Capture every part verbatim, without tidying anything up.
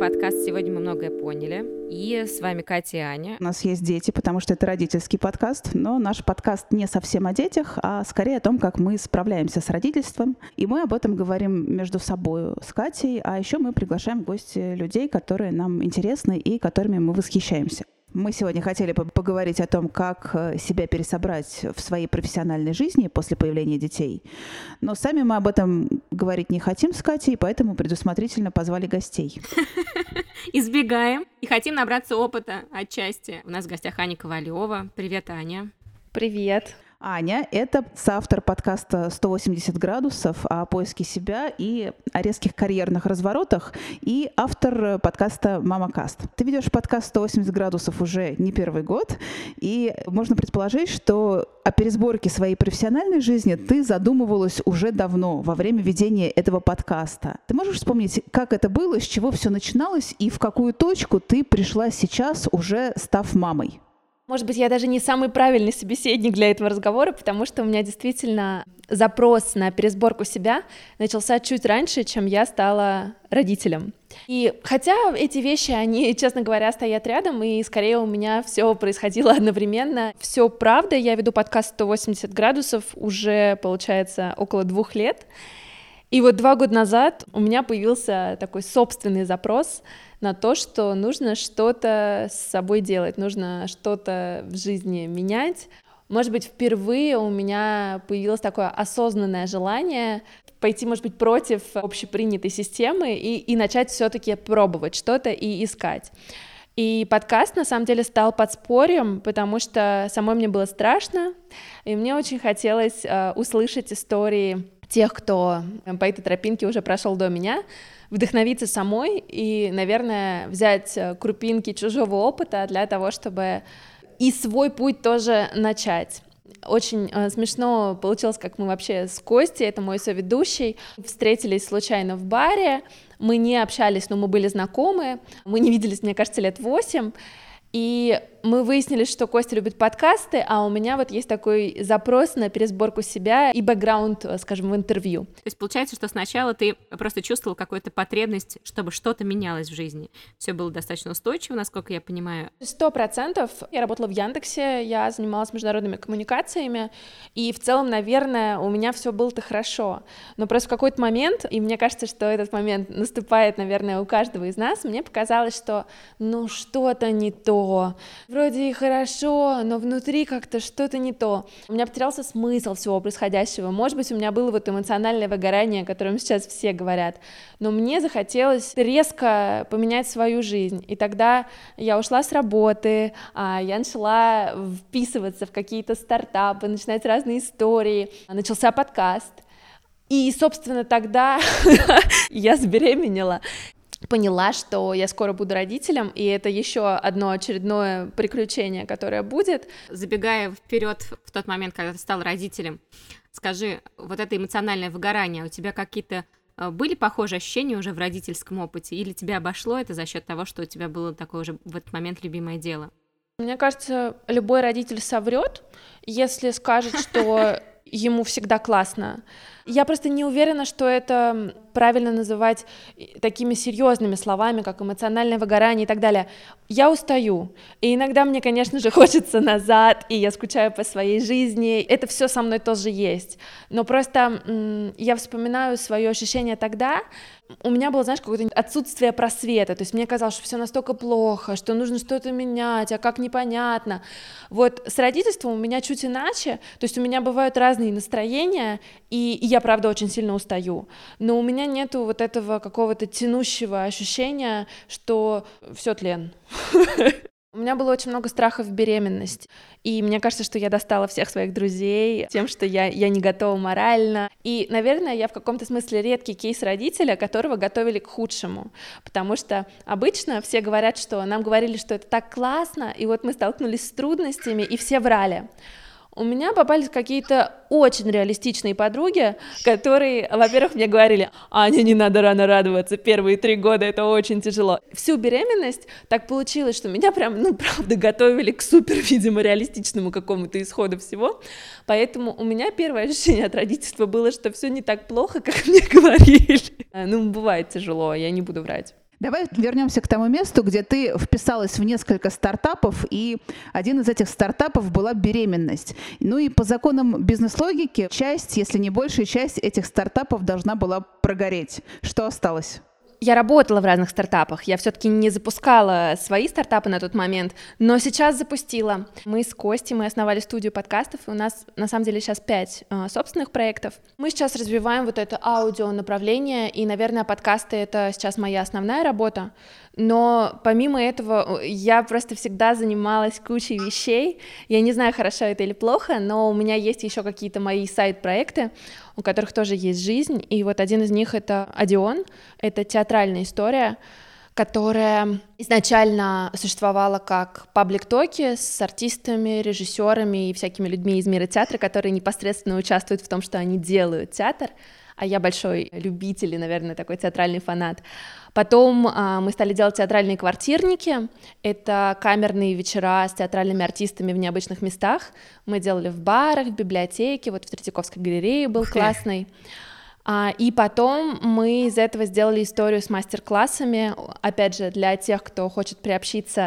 подкаст «Сегодня мы многое поняли». И с вами Катя и Аня. У нас есть дети, потому что это родительский подкаст, но наш подкаст не совсем о детях, а скорее о том, как мы справляемся с родительством. И мы об этом говорим между собой с Катей, а еще мы приглашаем в гости людей, которые нам интересны и которыми мы восхищаемся. Мы сегодня хотели поговорить о том, как себя пересобрать в своей профессиональной жизни после появления детей. Но сами мы об этом говорить не хотим с Катей, поэтому предусмотрительно позвали гостей. Избегаем и хотим набраться опыта отчасти. У нас в гостях Аня Ковалева. Привет, Аня. Привет. Аня — это соавтор подкаста «сто восемьдесят градусов» о поиске себя и о резких карьерных разворотах, и автор подкаста «Мамакаст». Ты ведешь подкаст «сто восемьдесят градусов» уже не первый год, и можно предположить, что о пересборке своей профессиональной жизни ты задумывалась уже давно, во время ведения этого подкаста. Ты можешь вспомнить, как это было, с чего все начиналось, и в какую точку ты пришла сейчас, уже став мамой? Может быть, я даже не самый правильный собеседник для этого разговора, потому что у меня действительно запрос на пересборку себя начался чуть раньше, чем я стала родителем. И хотя эти вещи, они, честно говоря, стоят рядом, и скорее у меня все происходило одновременно. Все правда, я веду подкаст «сто восемьдесят градусов» уже, получается, около двух лет. И вот два года назад у меня появился такой собственный запрос на то, что нужно что-то с собой делать, нужно что-то в жизни менять. Может быть, впервые у меня появилось такое осознанное желание пойти, может быть, против общепринятой системы и, и начать все-таки пробовать что-то и искать. И подкаст, на самом деле, стал подспорьем, потому что самой мне было страшно, и мне очень хотелось э, услышать истории тех, кто по этой тропинке уже прошел до меня, вдохновиться самой и, наверное, взять крупинки чужого опыта для того, чтобы и свой путь тоже начать. Очень э, смешно получилось, как мы вообще с Костей, это мой соведущий, встретились случайно в баре, мы не общались, но мы были знакомы, мы не виделись, мне кажется, лет восемь, и мы выяснили, что Костя любит подкасты, а у меня вот есть такой запрос на пересборку себя и бэкграунд, скажем, в интервью. То есть получается, что сначала ты просто чувствовал какую-то потребность, чтобы что-то менялось в жизни. Все было достаточно устойчиво, насколько я понимаю. Сто процентов. Я работала в Яндексе, я занималась международными коммуникациями, и в целом, наверное, у меня все было-то хорошо. Но просто в какой-то момент, и мне кажется, что этот момент наступает, наверное, у каждого из нас, мне показалось, что ну что-то не то. Вроде и хорошо, но внутри как-то что-то не то. У меня потерялся смысл всего происходящего. Может быть, у меня было вот эмоциональное выгорание, о котором сейчас все говорят. Но мне захотелось резко поменять свою жизнь. И тогда я ушла с работы, я начала вписываться в какие-то стартапы, начинать разные истории. Начался подкаст. И, собственно, тогда я забеременела. Поняла, что я скоро буду родителем, и это еще одно очередное приключение, которое будет. Забегая вперед в тот момент, когда ты стал родителем, скажи, вот это эмоциональное выгорание, у тебя какие-то были похожие ощущения уже в родительском опыте, или тебя обошло это за счет того, что у тебя было такое уже в этот момент любимое дело? Мне кажется, любой родитель соврет, если скажет, что ему всегда классно. Я просто не уверена, что это правильно называть такими серьезными словами, как эмоциональное выгорание и так далее. Я устаю, и иногда мне, конечно же, хочется назад, и я скучаю по своей жизни, это все со мной тоже есть. Но просто м- я вспоминаю свое ощущение тогда, у меня было, знаешь, какое-то отсутствие просвета, то есть мне казалось, что все настолько плохо, что нужно что-то менять, а как непонятно. Вот с родительством у меня чуть иначе, то есть у меня бывают разные настроения, и, и я, правда, очень сильно устаю, но у меня нету вот этого какого-то тянущего ощущения, что все тлен. У меня было очень много страха в беременность, и мне кажется, что я достала всех своих друзей тем, что я, я не готова морально. И, наверное, я в каком-то смысле редкий кейс родителя, которого готовили к худшему, потому что обычно все говорят, что нам говорили, что это так классно, и вот мы столкнулись с трудностями, и все врали. У меня попались какие-то очень реалистичные подруги, которые, во-первых, мне говорили: Аня, не надо рано радоваться, первые три года это очень тяжело. Всю беременность так получилось, что меня прям, ну, правда, готовили к супер, видимо, реалистичному какому-то исходу всего, поэтому у меня первое ощущение от родительства было, что все не так плохо, как мне говорили. Ну, бывает тяжело, я не буду врать. Давай вернемся к тому месту, где ты вписалась в несколько стартапов, и один из этих стартапов была беременность. Ну и по законам бизнес-логики часть, если не большая часть этих стартапов должна была прогореть. Что осталось? Я работала в разных стартапах, я все-таки не запускала свои стартапы на тот момент, но сейчас запустила. Мы с Костей, мы основали студию подкастов, и у нас на самом деле сейчас пять э, собственных проектов. Мы сейчас развиваем вот это аудио направление, и, наверное, подкасты — это сейчас моя основная работа, но помимо этого я просто всегда занималась кучей вещей. Я не знаю, хорошо это или плохо, но у меня есть еще какие-то мои сайт-проекты, у которых тоже есть жизнь, и вот один из них — это Одеон, это театральная история, которая изначально существовала как паблик-токи с артистами, режиссерами и всякими людьми из мира театра, которые непосредственно участвуют в том, что они делают театр, а я большой любитель и, наверное, такой театральный фанат. Потом а, мы стали делать театральные квартирники, это камерные вечера с театральными артистами в необычных местах. Мы делали в барах, в библиотеке, вот в Третьяковской галерее был классный. А, и потом мы из этого сделали историю с мастер-классами, опять же, для тех, кто хочет приобщиться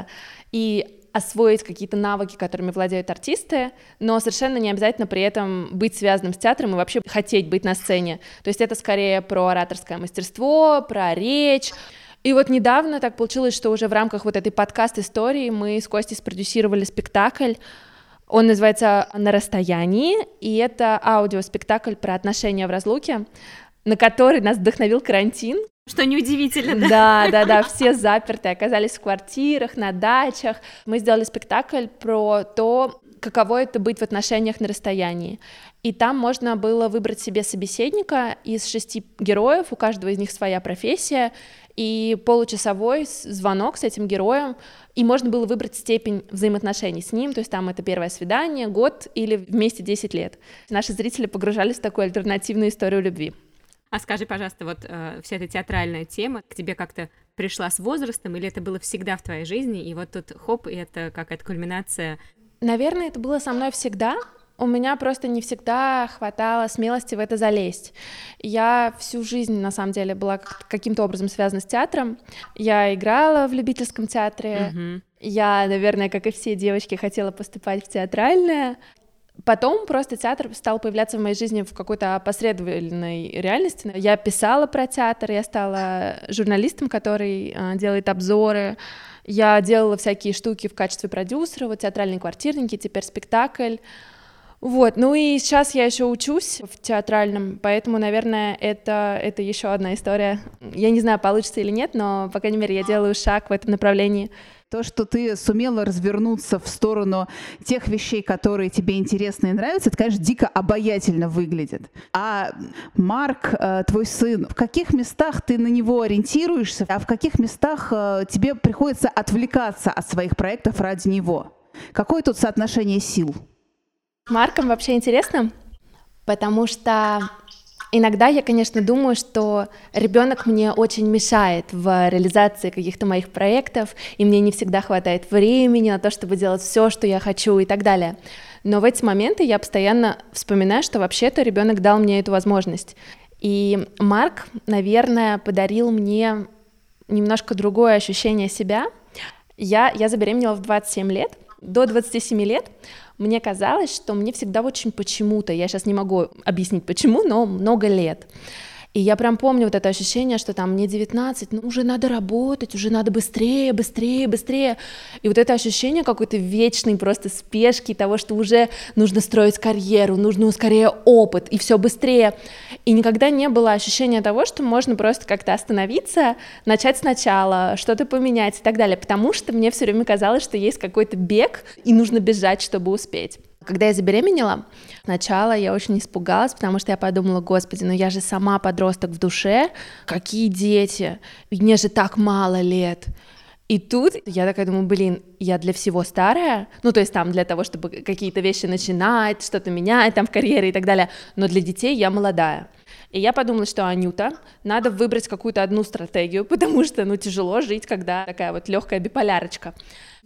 и освоить какие-то навыки, которыми владеют артисты, но совершенно не обязательно при этом быть связанным с театром и вообще хотеть быть на сцене. То есть это скорее про ораторское мастерство, про речь. И вот недавно так получилось, что уже в рамках вот этой подкаст-истории мы с Костей спродюсировали спектакль. Он называется «На расстоянии», и это аудиоспектакль про отношения в разлуке, на который нас вдохновил карантин. Что неудивительно, да? Да, да, да, все заперты, оказались в квартирах, на дачах. Мы сделали спектакль про то, каково это быть в отношениях на расстоянии. И там можно было выбрать себе собеседника из шести героев, у каждого из них своя профессия, и получасовой звонок с этим героем, и можно было выбрать степень взаимоотношений с ним, то есть там это первое свидание, год или вместе десять лет. Наши зрители погружались в такую альтернативную историю любви. А скажи, пожалуйста, вот э, вся эта театральная тема к тебе как-то пришла с возрастом, или это было всегда в твоей жизни, и вот тут хоп, и это какая-то кульминация? Наверное, это было со мной всегда. У меня просто не всегда хватало смелости в это залезть. Я всю жизнь, на самом деле, была каким-то образом связана с театром. Я играла в любительском театре. Mm-hmm. Я, наверное, как и все девочки, хотела поступать в театральное. Потом просто театр стал появляться в моей жизни в какой-то опосредованной реальности. Я писала про театр, я стала журналистом, который э, делает обзоры. Я делала всякие штуки в качестве продюсера, вот театральные квартирники, теперь спектакль. Вот, ну и сейчас я еще учусь в театральном, поэтому, наверное, это, это еще одна история. Я не знаю, получится или нет, но, по крайней мере, я делаю шаг в этом направлении. То, что ты сумела развернуться в сторону тех вещей, которые тебе интересны и нравятся, это, конечно, дико обаятельно выглядит. А Марк, твой сын, в каких местах ты на него ориентируешься, а в каких местах тебе приходится отвлекаться от своих проектов ради него? Какое тут соотношение сил? С Марком вообще интересно, потому что иногда я, конечно, думаю, что ребенок мне очень мешает в реализации каких-то моих проектов, и мне не всегда хватает времени на то, чтобы делать все, что я хочу и так далее. Но в эти моменты я постоянно вспоминаю, что вообще-то ребенок дал мне эту возможность. И Марк, наверное, подарил мне немножко другое ощущение себя. Я, я забеременела в двадцать семь лет. До двадцати семи лет мне казалось, что мне всегда очень почему-то, я сейчас не могу объяснить почему, но много лет. И я прям помню вот это ощущение, что там мне девятнадцать, ну уже надо работать, уже надо быстрее, быстрее, быстрее. И вот это ощущение какой-то вечной просто спешки, того, что уже нужно строить карьеру, нужно скорее опыт, и все быстрее. И никогда не было ощущения того, что можно просто как-то остановиться, начать сначала, что-то поменять и так далее, потому что мне все время казалось, что есть какой-то бег, и нужно бежать, чтобы успеть. Когда я забеременела, сначала я очень испугалась, потому что я подумала: господи, ну я же сама подросток в душе, какие дети, ведь мне же так мало лет. И тут я такая думаю: блин, я для всего старая, ну то есть там для того, чтобы какие-то вещи начинать, что-то менять там в карьере и так далее, но для детей я молодая. И я подумала, что, Анюта, надо выбрать какую-то одну стратегию, потому что, ну, тяжело жить, когда такая вот легкая биполярочка.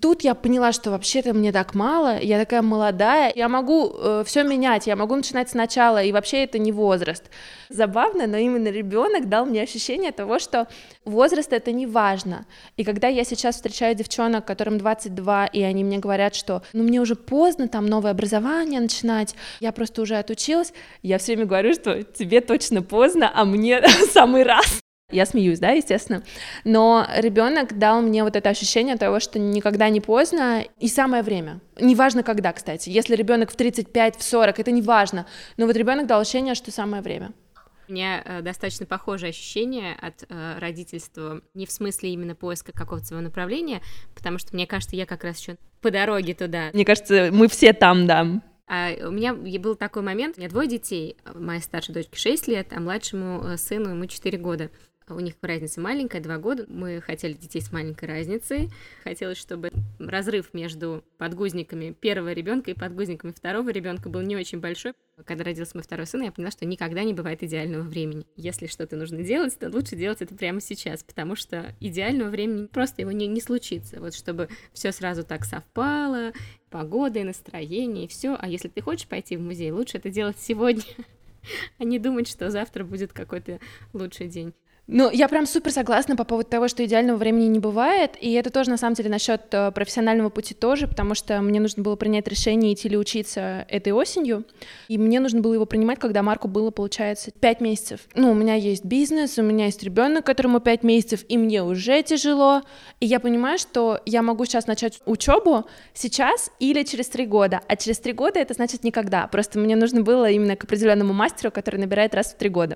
Тут я поняла, что вообще-то мне так мало, я такая молодая, я могу э, все менять, я могу начинать сначала, и вообще это не возраст. Забавно, но именно ребенок дал мне ощущение того, что возраст это не важно. И когда я сейчас встречаю девчонок, которым двадцать два, и они мне говорят, что ну мне уже поздно там новое образование начинать, я просто уже отучилась, я все время говорю, что тебе точно поздно, а мне самый раз. Я смеюсь, да, естественно, но ребенок дал мне вот это ощущение того, что никогда не поздно, и самое время. Неважно когда, кстати. Если ребенок в тридцать пять, в сорок, это не важно, но вот ребенок дал ощущение, что самое время. У меня э, достаточно похожее ощущение от э, родительства, не в смысле именно поиска какого-то своего направления, потому что, мне кажется, я как раз еще по дороге туда. Мне кажется, мы все там, да. А у меня был такой момент, у меня двое детей, моей старшей дочке шесть лет, а младшему сыну ему четыре года. У них разница маленькая, два года. Мы хотели детей с маленькой разницей. Хотелось, чтобы разрыв между подгузниками первого ребенка и подгузниками второго ребенка был не очень большой. Когда родился мой второй сын, я поняла, что никогда не бывает идеального времени. Если что-то нужно делать, то лучше делать это прямо сейчас, потому что идеального времени просто его не, не случится. Вот чтобы все сразу так совпало, погода и настроение, и все. А если ты хочешь пойти в музей, лучше это делать сегодня, а не думать, что завтра будет какой-то лучший день. Ну, я прям супер согласна по поводу того, что идеального времени не бывает, и это тоже, на самом деле, насчет профессионального пути тоже, потому что мне нужно было принять решение, идти ли учиться этой осенью, и мне нужно было его принимать, когда Марку было, получается, пять месяцев. Ну, у меня есть бизнес, у меня есть ребенок, которому пять месяцев, и мне уже тяжело, и я понимаю, что я могу сейчас начать учебу сейчас или через три года, а через три года это значит никогда, просто мне нужно было именно к определенному мастеру, который набирает раз в три года.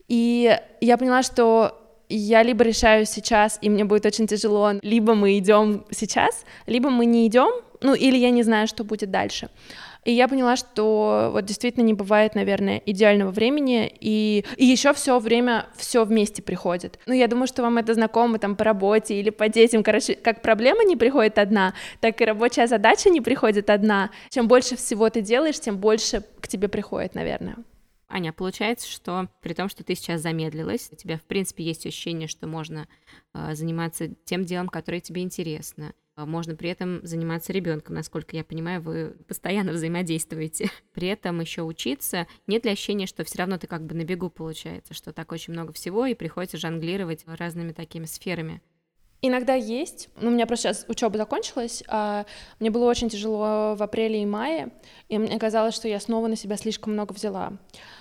И я поняла, что я либо решаю сейчас, и мне будет очень тяжело, либо мы идем сейчас, либо мы не идем, ну или я не знаю, что будет дальше. И я поняла, что вот действительно не бывает, наверное, идеального времени, и, и еще все время все вместе приходит. Ну, я думаю, что вам это знакомо там по работе или по детям. Короче, как проблема не приходит одна, так и рабочая задача не приходит одна. Чем больше всего ты делаешь, тем больше к тебе приходит, наверное. Аня, получается, что при том, что ты сейчас замедлилась, у тебя, в принципе, есть ощущение, что можно э, заниматься тем делом, которое тебе интересно. Можно при этом заниматься ребенком, насколько я понимаю, вы постоянно взаимодействуете. При этом еще учиться. Нет ли ощущения, что все равно ты как бы на бегу, получается, что так очень много всего, и приходится жонглировать разными такими сферами? Иногда есть. Ну, у меня просто сейчас учеба закончилась, а мне было очень тяжело в апреле и мае, и мне казалось, что я снова на себя слишком много взяла.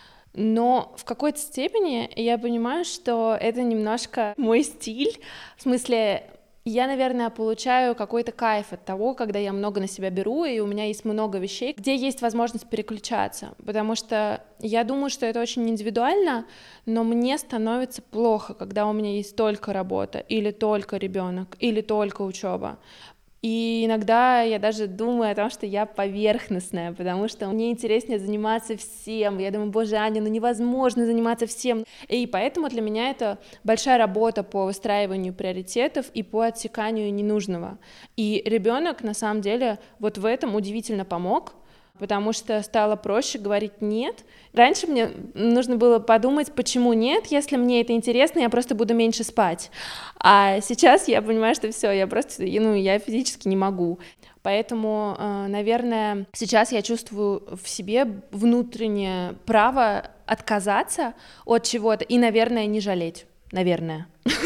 Но в какой-то степени я понимаю, что это немножко мой стиль. В смысле, я, наверное, получаю какой-то кайф от того, когда я много на себя беру, и у меня есть много вещей, где есть возможность переключаться. Потому что я думаю, что это очень индивидуально, но мне становится плохо, когда у меня есть только работа, или только ребенок, или только учеба. И иногда я даже думаю о том, что я поверхностная, потому что мне интереснее заниматься всем. Я думаю, боже, Аня, ну невозможно заниматься всем. И поэтому для меня это большая работа по выстраиванию приоритетов и по отсеканию ненужного. И ребенок, на самом деле, вот в этом удивительно помог, потому что стало проще говорить «нет». Раньше мне нужно было подумать, почему нет, если мне это интересно, я просто буду меньше спать. А сейчас я понимаю, что все, я просто, ну, я физически не могу. Поэтому, наверное, сейчас я чувствую в себе внутреннее право отказаться от чего-то и, наверное, не жалеть. Наверное.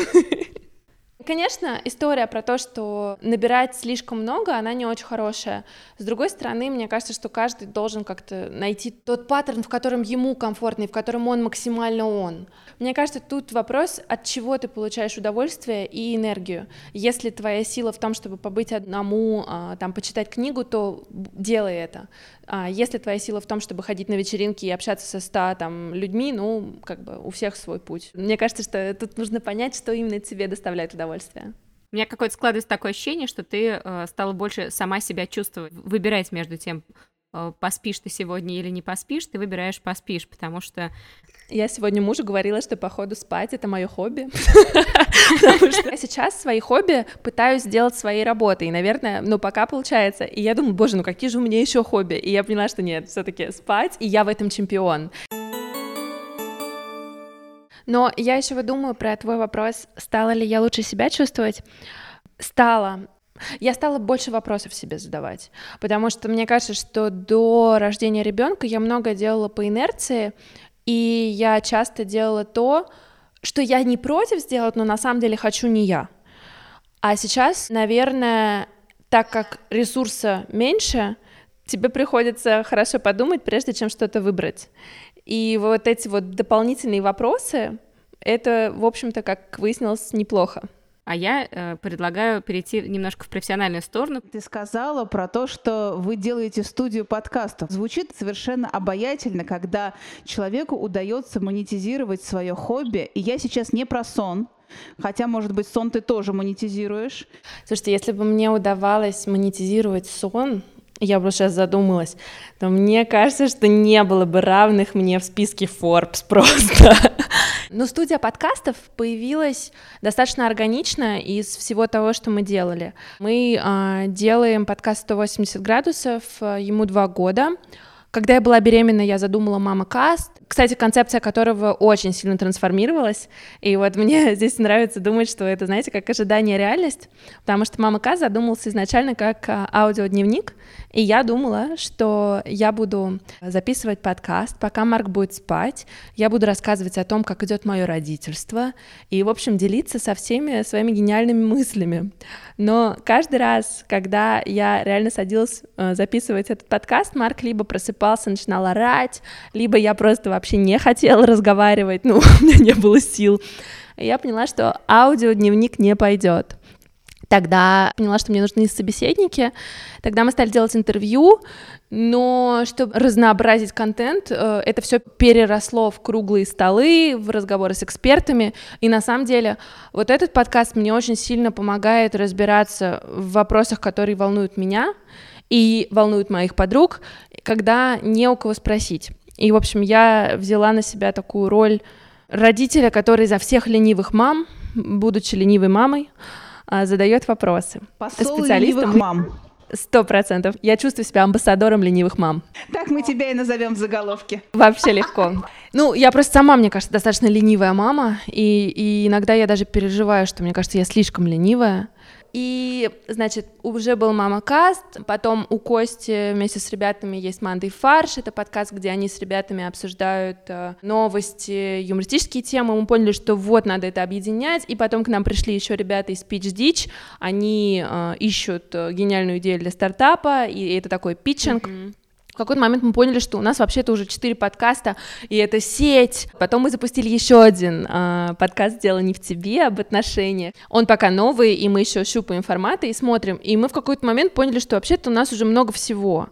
Конечно, история про то, что набирать слишком много, она не очень хорошая. С другой стороны, мне кажется, что каждый должен как-то найти тот паттерн, в котором ему комфортно и в котором он максимально он. Мне кажется, тут вопрос, от чего ты получаешь удовольствие и энергию. Если твоя сила в том, чтобы побыть одному, там, почитать книгу, то делай это. А если твоя сила в том, чтобы ходить на вечеринки и общаться со ста там, людьми, ну, как бы у всех свой путь. Мне кажется, что тут нужно понять, что именно тебе доставляет удовольствие. У меня какое-то складывается такое ощущение, что ты э, стала больше сама себя чувствовать, выбирать между тем, э, поспишь ты сегодня или не поспишь, ты выбираешь поспишь, потому что... Я сегодня мужу говорила, что, походу, спать — это мое хобби, потому что я сейчас свои хобби пытаюсь сделать своей работой, и, наверное, ну, пока получается, и я думаю, боже, ну какие же у меня еще хобби, и я поняла, что нет, все-таки спать, и я в этом чемпион. Но я еще вот думаю про твой вопрос, стала ли я лучше себя чувствовать? Стала. Я стала больше вопросов себе задавать, потому что мне кажется, что до рождения ребенка я много делала по инерции, и я часто делала то, что я не против сделать, но на самом деле хочу не я. А сейчас, наверное, так как ресурса меньше, тебе приходится хорошо подумать, прежде чем что-то выбрать. И вот эти вот дополнительные вопросы, это, в общем-то, как выяснилось, неплохо. А я э, предлагаю перейти немножко в профессиональную сторону. Ты сказала про то, что вы делаете студию подкастов. Звучит совершенно обаятельно, когда человеку удается монетизировать свое хобби. И я сейчас не про сон, хотя, может быть, сон ты тоже монетизируешь. Слушайте, если бы мне удавалось монетизировать сон, я бы сейчас задумалась, то мне кажется, что не было бы равных мне в списке Forbes просто. Но студия подкастов появилась достаточно органично из всего того, что мы делали. Мы э, делаем подкаст сто восемьдесят градусов, ему два года. Когда я была беременна, я задумала «Мама-каст», кстати, концепция которого очень сильно трансформировалась, и вот мне здесь нравится думать, что это, знаете, как ожидание реальность, потому что «Мама-каст» задумался изначально как аудиодневник, и я думала, что я буду записывать подкаст, пока Марк будет спать, я буду рассказывать о том, как идет мое родительство, и, в общем, делиться со всеми своими гениальными мыслями. Но каждый раз, когда я реально садилась записывать этот подкаст, Марк либо просыпался, начинал орать, либо я просто вообще не хотела разговаривать, ну, у меня не было сил. И я поняла, что аудиодневник не пойдет. Тогда поняла, что мне нужны собеседники, тогда мы стали делать интервью, но чтобы разнообразить контент, это все переросло в круглые столы, в разговоры с экспертами, и на самом деле вот этот подкаст мне очень сильно помогает разбираться в вопросах, которые волнуют меня и волнуют моих подруг, когда не у кого спросить. И, в общем, я взяла на себя такую роль родителя, который за всех ленивых мам, будучи ленивой мамой, задает вопросы. Посол ленивых мам. Сто процентов. Я чувствую себя амбассадором ленивых мам. Так мы тебя и назовем в заголовке. Вообще легко. Ну, я просто сама, мне кажется, достаточно ленивая мама, и, и иногда я даже переживаю, что, мне кажется, я слишком ленивая. И, значит, уже был «Мама-каст», потом у Кости вместе с ребятами есть «Мандай фарш», это подкаст, где они с ребятами обсуждают э, новости, юмористические темы, мы поняли, что вот, надо это объединять, и потом к нам пришли еще ребята из Pitch Ditch, они э, ищут гениальную идею для стартапа, и это такой питчинг. Mm-hmm. В какой-то момент мы поняли, что у нас вообще-то уже четыре подкаста, и это сеть. Потом мы запустили еще один э, подкаст «Дело не в тебе», об отношениях. Он пока новый, и мы еще щупаем форматы и смотрим. И мы в какой-то момент поняли, что вообще-то у нас уже много всего.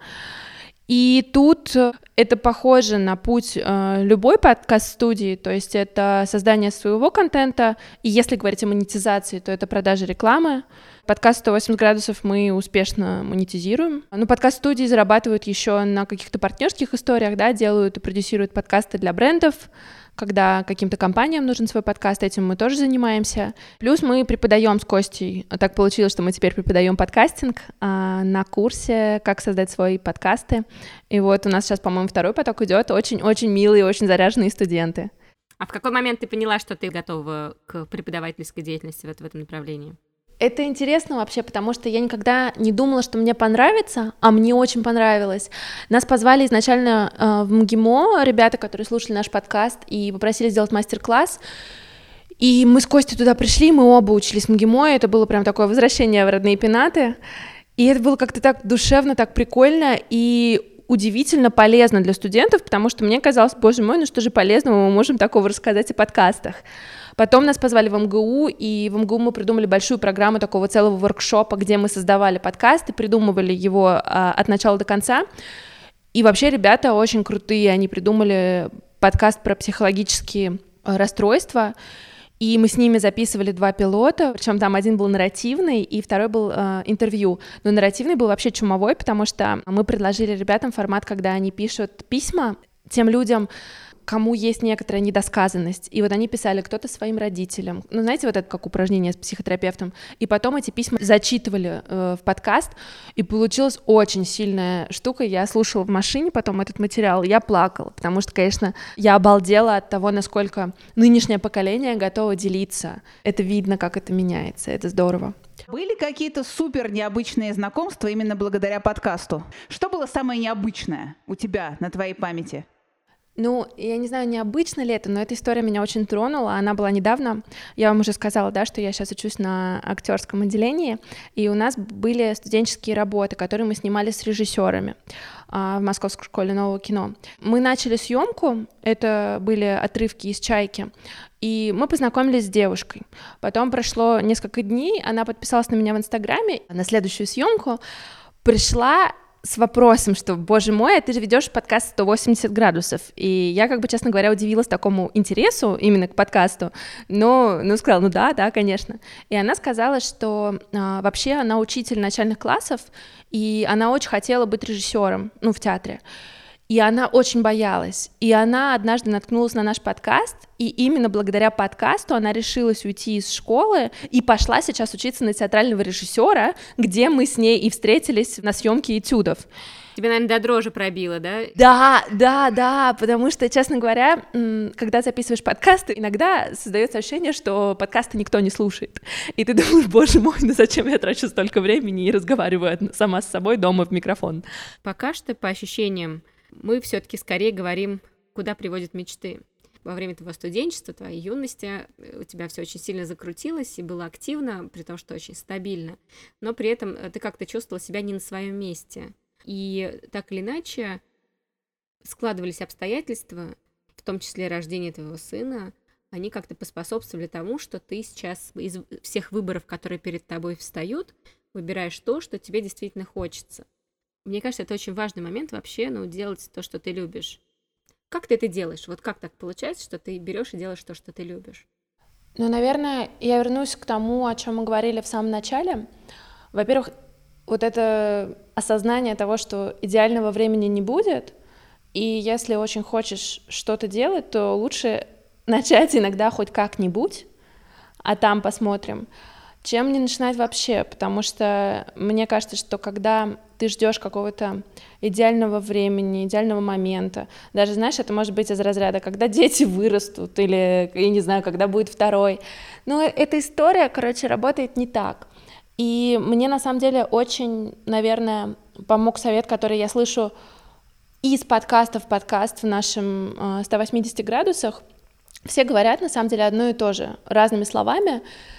И тут это похоже на путь э, любой подкаст-студии, то есть это создание своего контента, и если говорить о монетизации, то это продажа рекламы. Подкаст сто восемьдесят градусов мы успешно монетизируем. Ну, подкаст-студии зарабатывают еще на каких-то партнерских историях, да, делают и продюсируют подкасты для брендов, когда каким-то компаниям нужен свой подкаст, этим мы тоже занимаемся. Плюс мы преподаем с Костей, так получилось, что мы теперь преподаем подкастинг а, на курсе «Как создать свои подкасты». И вот у нас сейчас, по-моему, второй поток идет, очень-очень милые, очень заряженные студенты. А в какой момент ты поняла, что ты готова к преподавательской деятельности в, в этом направлении? Это интересно вообще, потому что я никогда не думала, что мне понравится, а мне очень понравилось. Нас позвали изначально э, в МГИМО ребята, которые слушали наш подкаст, и попросили сделать мастер-класс. И мы с Костей туда пришли, мы оба учились в МГИМО, и это было прям такое возвращение в родные пенаты. И это было как-то так душевно, так прикольно и удивительно полезно для студентов, потому что мне казалось, боже мой, ну что же полезного мы можем такого рассказать о подкастах. Потом нас позвали в МГУ, и в МГУ мы придумали большую программу такого целого воркшопа, где мы создавали подкаст и придумывали его а, от начала до конца. И вообще ребята очень крутые, они придумали подкаст про психологические расстройства, и мы с ними записывали два пилота, причем там один был нарративный, и второй был э, интервью. Но нарративный был вообще чумовой, потому что мы предложили ребятам формат, когда они пишут письма тем людям, кому есть некоторая недосказанность. И вот они писали кто-то своим родителям. Ну, знаете, вот это как упражнение с психотерапевтом. И потом эти письма зачитывали э, в подкаст, и получилась очень сильная штука. Я слушала в машине потом этот материал, я плакала, потому что, конечно, я обалдела от того, насколько нынешнее поколение готово делиться. Это видно, как это меняется, это здорово. Были какие-то супер необычные знакомства именно благодаря подкасту? Что было самое необычное у тебя на твоей памяти? Ну, я не знаю, необычно ли это, но эта история меня очень тронула. Она была недавно. Я вам уже сказала, да, что я сейчас учусь на актерском отделении, и у нас были студенческие работы, которые мы снимали с режиссерами в Московской школе нового кино. Мы начали съемку, это были отрывки из «Чайки», и мы познакомились с девушкой. Потом прошло несколько дней, она подписалась на меня в Инстаграме, на следующую съемку пришла с вопросом, что, боже мой, а ты же ведешь подкаст сто восемьдесят градусов. И я, как бы, честно говоря, удивилась такому интересу именно к подкасту, но, ну, сказала, ну да, да, конечно. И она сказала, что а, вообще она учитель начальных классов, и она очень хотела быть режиссером, ну, в театре. И она очень боялась. И она однажды наткнулась на наш подкаст, и именно благодаря подкасту она решилась уйти из школы и пошла сейчас учиться на театрального режиссера, где мы с ней и встретились на съемке этюдов. Тебя, наверное, до дрожи пробило, да? Да, да, да, потому что, честно говоря, когда записываешь подкасты, иногда создается ощущение, что подкасты никто не слушает. И ты думаешь, боже мой, ну зачем я трачу столько времени и разговариваю сама с собой дома в микрофон? Пока что, по ощущениям, мы все-таки скорее говорим, куда приводят мечты. Во время твоего студенчества, твоей юности у тебя все очень сильно закрутилось и было активно, при том, что очень стабильно, но при этом ты как-то чувствовала себя не на своем месте. И так или иначе складывались обстоятельства, в том числе рождение твоего сына, они как-то поспособствовали тому, что ты сейчас из всех выборов, которые перед тобой встают, выбираешь то, что тебе действительно хочется. Мне кажется, это очень важный момент вообще, ну, делать то, что ты любишь. Как ты это делаешь? Вот как так получается, что ты берешь и делаешь то, что ты любишь? Ну, наверное, я вернусь к тому, о чем мы говорили в самом начале. Во-первых, вот это осознание того, что идеального времени не будет, и если очень хочешь что-то делать, то лучше начать иногда хоть как-нибудь, а там посмотрим, чем не начинать вообще, потому что мне кажется, что когда ты ждешь какого-то идеального времени, идеального момента, даже, знаешь, это может быть из разряда, когда дети вырастут, или, я не знаю, когда будет второй, но эта история, короче, работает не так. И мне, на самом деле, очень, наверное, помог совет, который я слышу из подкаста в подкаст в нашем сто восемьдесят градусах. Все говорят, на самом деле, одно и то же, разными словами,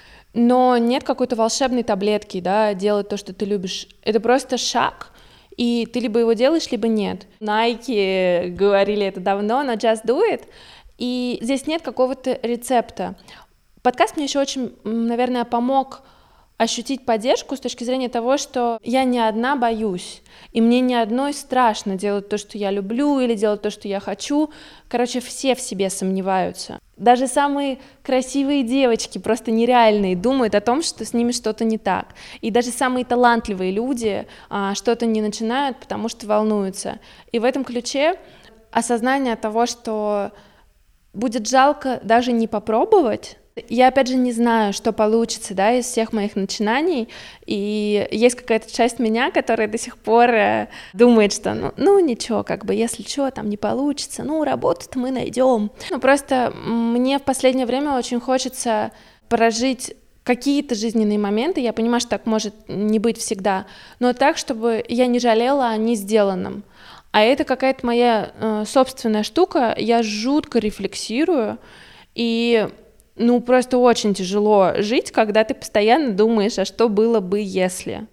но нет какой-то волшебной таблетки, да, делать то, что ты любишь. Это просто шаг, и ты либо его делаешь, либо нет. Nike говорили это давно, но just do it, и здесь нет какого-то рецепта. Подкаст мне еще очень, наверное, помог ощутить поддержку с точки зрения того, что я не одна боюсь, и мне не одной страшно делать то, что я люблю, или делать то, что я хочу. Короче, все в себе сомневаются. Даже самые красивые девочки, просто нереальные, думают о том, что с ними что-то не так. И даже самые талантливые люди а, что-то не начинают, потому что волнуются. И в этом ключе осознание того, что будет жалко даже не попробовать. Я, опять же, не знаю, что получится, да, из всех моих начинаний, и есть какая-то часть меня, которая до сих пор э, думает, что, ну, ну, ничего, как бы, если что, там не получится, ну, работу-то мы найдем. Ну, просто мне в последнее время очень хочется прожить какие-то жизненные моменты, я понимаю, что так может не быть всегда, но так, чтобы я не жалела о не сделанном. А это какая-то моя э, собственная штука, я жутко рефлексирую, и... Ну, просто очень тяжело жить, когда ты постоянно думаешь, а что было бы, если.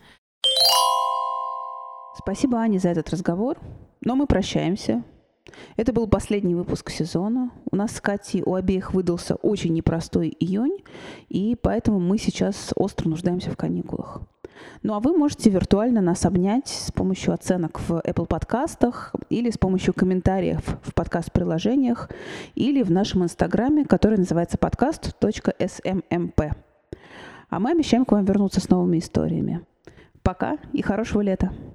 Спасибо, Аня, за этот разговор. Но мы прощаемся. Это был последний выпуск сезона. У нас с Катей у обеих выдался очень непростой июнь, и поэтому мы сейчас остро нуждаемся в каникулах. Ну а вы можете виртуально нас обнять с помощью оценок в Apple подкастах или с помощью комментариев в подкаст-приложениях или в нашем инстаграме, который называется подкаст точка эс эм эм пэ. А мы обещаем к вам вернуться с новыми историями. Пока и хорошего лета!